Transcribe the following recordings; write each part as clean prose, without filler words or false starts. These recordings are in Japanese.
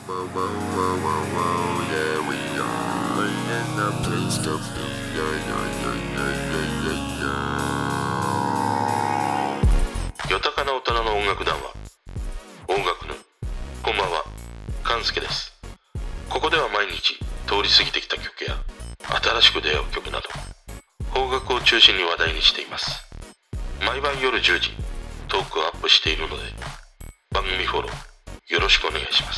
Yeah, we are in the place to be. よたかな大人の音楽談話音楽のこんばんは、勘介です。ここでは毎日通り過ぎてきた曲や新しく出会う曲など邦楽を中心に話題にしています。毎晩夜10時トークをアップしているので番組フォローよろしくお願いします。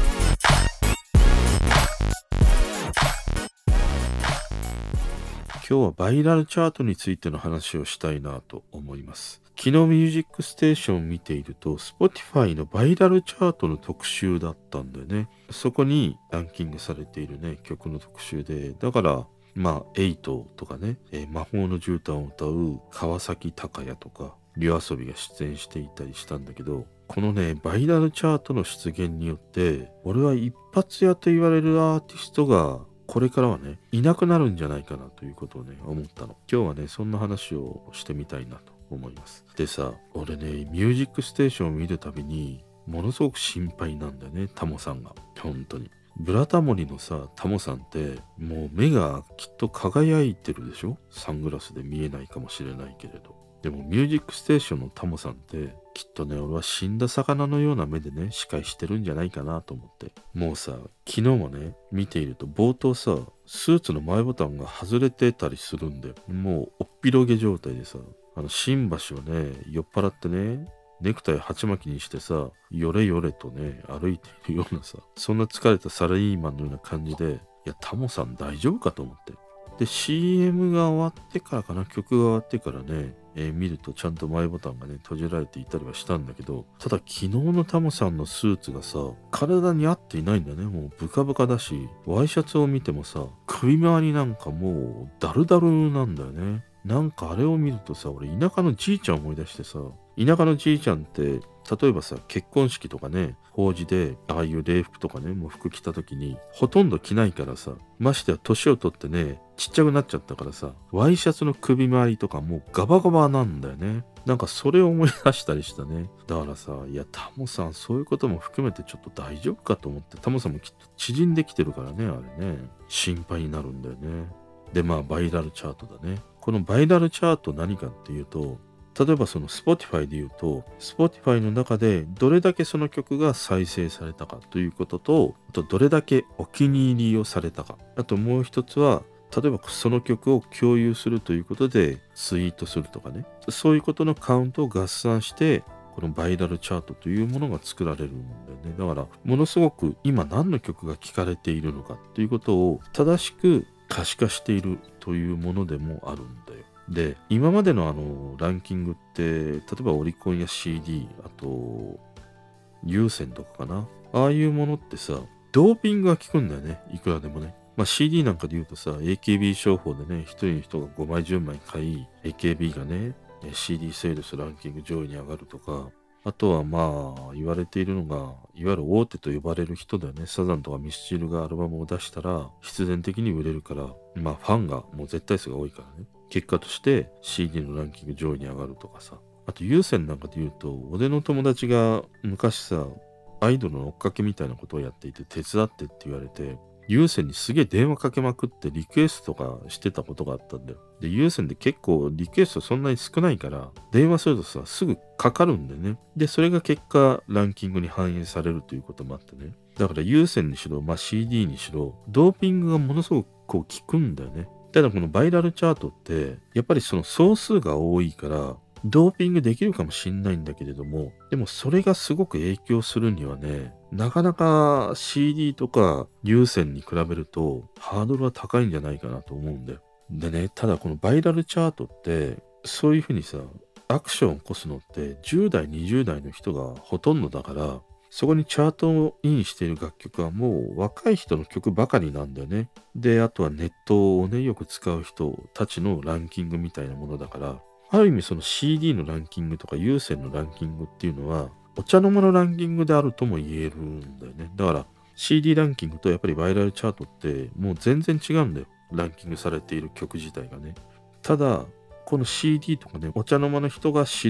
今日はバイラルチャートについての話をしたいなと思います。昨日ミュージックステーションを見ていると Spotify のバイラルチャートの特集だったんだよね。そこにランキングされているね曲の特集で、だからエイトとかね、魔法の絨毯を歌う川崎隆也とかYOASOBIが出演していたりしたんだけど、このねバイラルチャートの出現によって俺は一発屋と言われるアーティストがこれからはねいなくなるんじゃないかなということをね思ったの。今日はねそんな話をしてみたいなと思います。でさ、俺ねミュージックステーションを見るたびにものすごく心配なんだよね、タモさんが。本当にブラタモリのさタモさんってもう目がきっと輝いてるでしょ。サングラスで見えないかもしれないけれど、でもミュージックステーションのタモさんってきっとね俺は死んだ魚のような目でね視界してるんじゃないかなと思って。もうさ昨日もね見ていると冒頭さスーツの前ボタンが外れてたりするんで、もうおっぴろげ状態でさ、新橋をね酔っ払ってねネクタイ鉢巻きにしてさよれよれとね歩いているようなさ、そんな疲れたサラリーマンのような感じで、いやタモさん大丈夫かと思って。で CM が終わってからかな、曲が終わってからね、見るとちゃんと前ボタンがね閉じられていたりはしたんだけど、ただ昨日のタモさんのスーツがさ体に合っていないんだね。もうブカブカだし、ワイシャツを見てもさ首周りなんかもうダルダルなんだよね。なんかあれを見るとさ、俺田舎のじいちゃん思い出してさ、田舎のじいちゃんって例えばさ結婚式とかね法事でああいう礼服とかねもう服着た時にほとんど着ないからさ、ましてや年を取ってねちっちゃくなっちゃったからさ、ワイシャツの首周りとかもうガバガバなんだよね。なんかそれを思い出したりしたね。だからさ、いやタモさんそういうことも含めてちょっと大丈夫かと思って。タモさんもきっと縮んできてるからね、あれね心配になるんだよね。でバイラルチャートだね。このバイラルチャート何かっていうと、例えばその Spotify で言うと Spotify の中でどれだけその曲が再生されたかということと、あとどれだけお気に入りをされたか、あともう一つは例えばその曲を共有するということでツイートするとかね、そういうことのカウントを合算してこのバイラルチャートというものが作られるんだよね。だからものすごく今何の曲が聴かれているのかということを正しく可視化しているというものでもあるんだよ。で今までのランキングって例えばオリコンや CD、 あと有線とかかな、ああいうものってさドーピングが効くんだよね、いくらでもね。CD なんかで言うとさ AKB 商法でね一人の人が5枚10枚買い AKB がね CD セールスランキング上位に上がるとか、あとは言われているのがいわゆる大手と呼ばれる人だよね。サザンとかミスチルがアルバムを出したら必然的に売れるから、ファンがもう絶対数が多いからね、結果として CD のランキング上位に上がるとかさ。あと有線なんかで言うと俺の友達が昔さアイドルの追っかけみたいなことをやっていて手伝ってって言われて、有線にすげえ電話かけまくってリクエストとかしてたことがあったんだよ。で有線で結構リクエストそんなに少ないから電話するとさすぐかかるんだよね。でそれが結果ランキングに反映されるということもあってね。だから有線にしろCD にしろドーピングがものすごくこう効くんだよね。ただこのバイラルチャートってやっぱりその総数が多いからドーピングできるかもしんないんだけれども、でもそれがすごく影響するにはね、なかなか CD とか有線に比べるとハードルは高いんじゃないかなと思うんだよ。でね、ただこのバイラルチャートってそういうふうにさアクションを起こすのって10代20代の人がほとんどだから、そこにチャートインしている楽曲はもう若い人の曲ばかりなんだよね。であとはネットをねよく使う人たちのランキングみたいなものだから、ある意味その CD のランキングとか有線のランキングっていうのはお茶の間のランキングであるとも言えるんだよね。だから CD ランキングとやっぱりバイラルチャートってもう全然違うんだよ、ランキングされている曲自体がね。ただこの CD とかねお茶の間の人が知る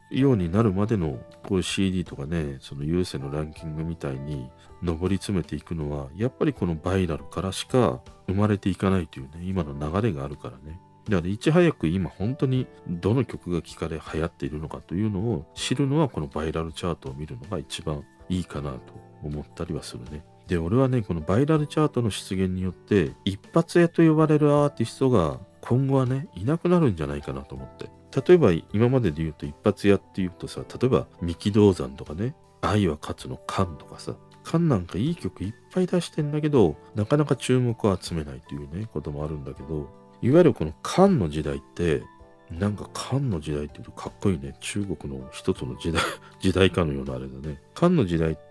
ようになるまでのこういう CD とかね、その有線のランキングみたいに上り詰めていくのは、やっぱりこのバイラルからしか生まれていかないというね、今の流れがあるからね。だからいち早く今本当にどの曲が聴かれ流行っているのかというのを知るのはこのバイラルチャートを見るのが一番いいかなと思ったりはするね。で、俺はね、このバイラルチャートの出現によって一発屋と呼ばれるアーティストが今後はね、いなくなるんじゃないかなと思って。例えば今までで言うと一発屋っていうとさ、例えば三木道山とかね、愛は勝つのカンとかさ、カンなんかいい曲いっぱい出してんだけど、なかなか注目を集めないというね、こともあるんだけど、いわゆるこのカンの時代って、なんかカンの時代って言うとかっこいいね。中国の一つの時代かのようなあれだね。カンの時代って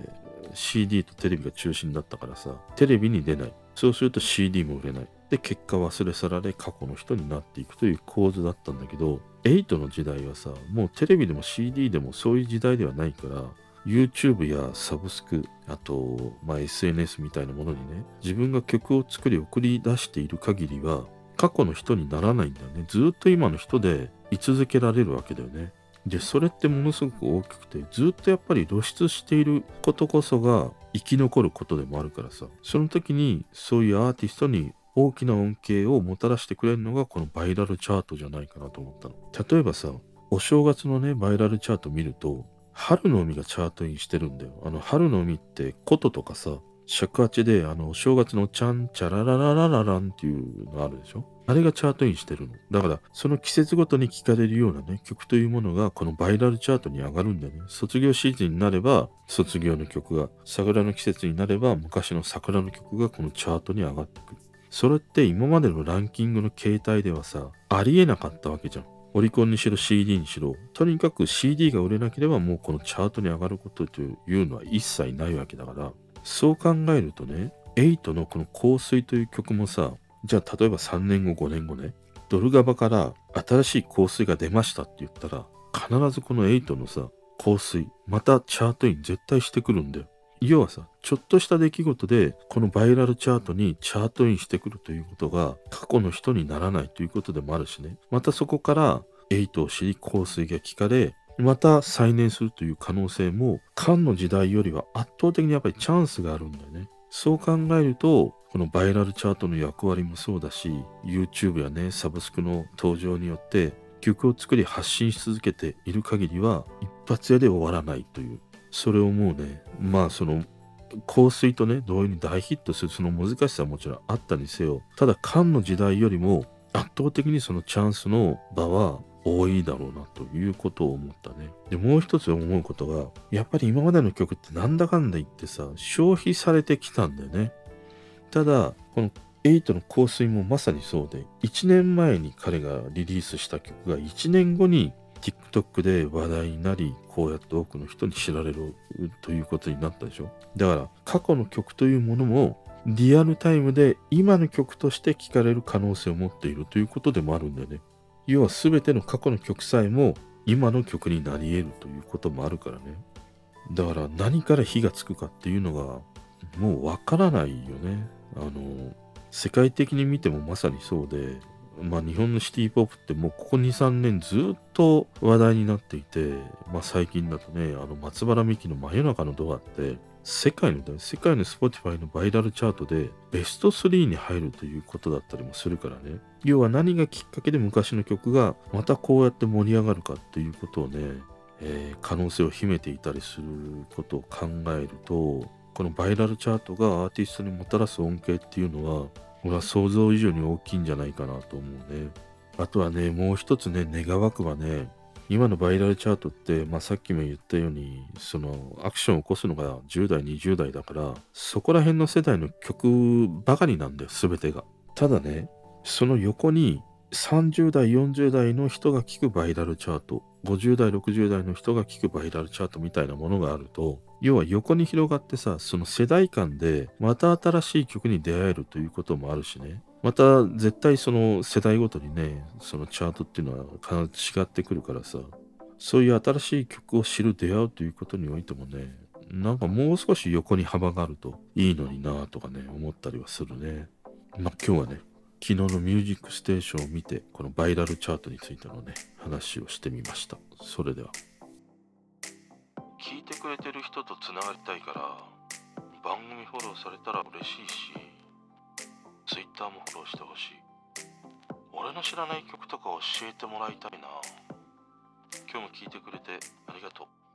CD とテレビが中心だったからさ、テレビに出ない。そうすると CD も売れない。で、結果忘れ去られ過去の人になっていくという構図だったんだけど、8の時代はさ、もうテレビでも CD でもそういう時代ではないから、YouTube やサブスク、あと、SNS みたいなものにね、自分が曲を作り送り出している限りは、過去の人にならないんだよね。ずっと今の人で居続けられるわけだよね。で、それってものすごく大きくて、ずっとやっぱり露出していることこそが生き残ることでもあるからさ、その時にそういうアーティストに大きな恩恵をもたらしてくれるのがこのバイラルチャートじゃないかなと思ったの。例えばさ、お正月のね、バイラルチャート見ると、春の海がチャートインしてるんだよ。春の海って琴とかさ、尺八でお正月のチャンチャラララララランっていうのあるでしょ。あれがチャートインしてるの。だからその季節ごとに聴かれるようなね曲というものがこのバイラルチャートに上がるんだよね。卒業シーズンになれば卒業の曲が、桜の季節になれば昔の桜の曲がこのチャートに上がってくる。それって今までのランキングの形態ではさ、ありえなかったわけじゃん。オリコンにしろ CD にしろ、とにかく CD が売れなければもうこのチャートに上がることというのは一切ないわけだから、そう考えるとね、8のこの香水という曲もさ、じゃあ例えば3年後5年後ね、ドルガバから新しい香水が出ましたって言ったら、必ずこの8のさ、香水、またチャートイン絶対してくるんだよ。要はさ、ちょっとした出来事でこのバイラルチャートにチャートインしてくるということが過去の人にならないということでもあるしね。またそこから8を知り香水が聞かれ、また再燃するという可能性も、漢の時代よりは圧倒的にやっぱりチャンスがあるんだよね。そう考えると、このバイラルチャートの役割もそうだし、YouTube やね、サブスクの登場によって曲を作り発信し続けている限りは、一発屋で終わらないという。それをもうね、その、香水とね、同様に大ヒットするその難しさはもちろんあったにせよ、ただ漢の時代よりも圧倒的にそのチャンスの場は多いだろうなということを思ったね。で、もう一つ思うことが、やっぱり今までの曲ってなんだかんだ言ってさ、消費されてきたんだよね。ただ、この8の香水もまさにそうで、1年前に彼がリリースした曲が1年後に TikTok で話題になり、こうやって多くの人に知られるということになったでしょ。だから、過去の曲というものも、リアルタイムで今の曲として聴かれる可能性を持っているということでもあるんだよね。要は全ての過去の曲さえも今の曲になり得るということもあるからね。だから何から火がつくかっていうのがもうわからないよね。世界的に見てもまさにそうで、日本のシティポップってもうここ 2,3 年ずっと話題になっていて、最近だとね、松原美樹の真夜中のドアって世界の Spotify のバイラルチャートでベスト3に入るということだったりもするからね。要は何がきっかけで昔の曲がまたこうやって盛り上がるかっていうことをね、可能性を秘めていたりすることを考えると、このバイラルチャートがアーティストにもたらす恩恵っていうのは、俺は想像以上に大きいんじゃないかなと思うね。あとはね、もう一つね、願わくばね、今のバイラルチャートって、さっきも言ったように、そのアクションを起こすのが10代、20代だから、そこら辺の世代の曲ばかりなんだよ、すべてが。ただね、その横に30代、40代の人が聴くバイラルチャート、50代、60代の人が聴くバイラルチャートみたいなものがあると、要は横に広がってさ、その世代間でまた新しい曲に出会えるということもあるしね。また絶対その世代ごとにね、そのチャートっていうのは必ず違ってくるからさ、そういう新しい曲を知る出会うということにおいてもね、なんかもう少し横に幅があるといいのになとかね、思ったりはするね。今日はね、昨日のミュージックステーションを見て、このバイラルチャートについてのね、話をしてみました。 それでは。聞いてくれてる人とつながりたいから番組フォローされたら嬉しいし、Twitter もフォローしてほしい。俺の知らない曲とか教えてもらいたいな。今日も聞いてくれてありがとう。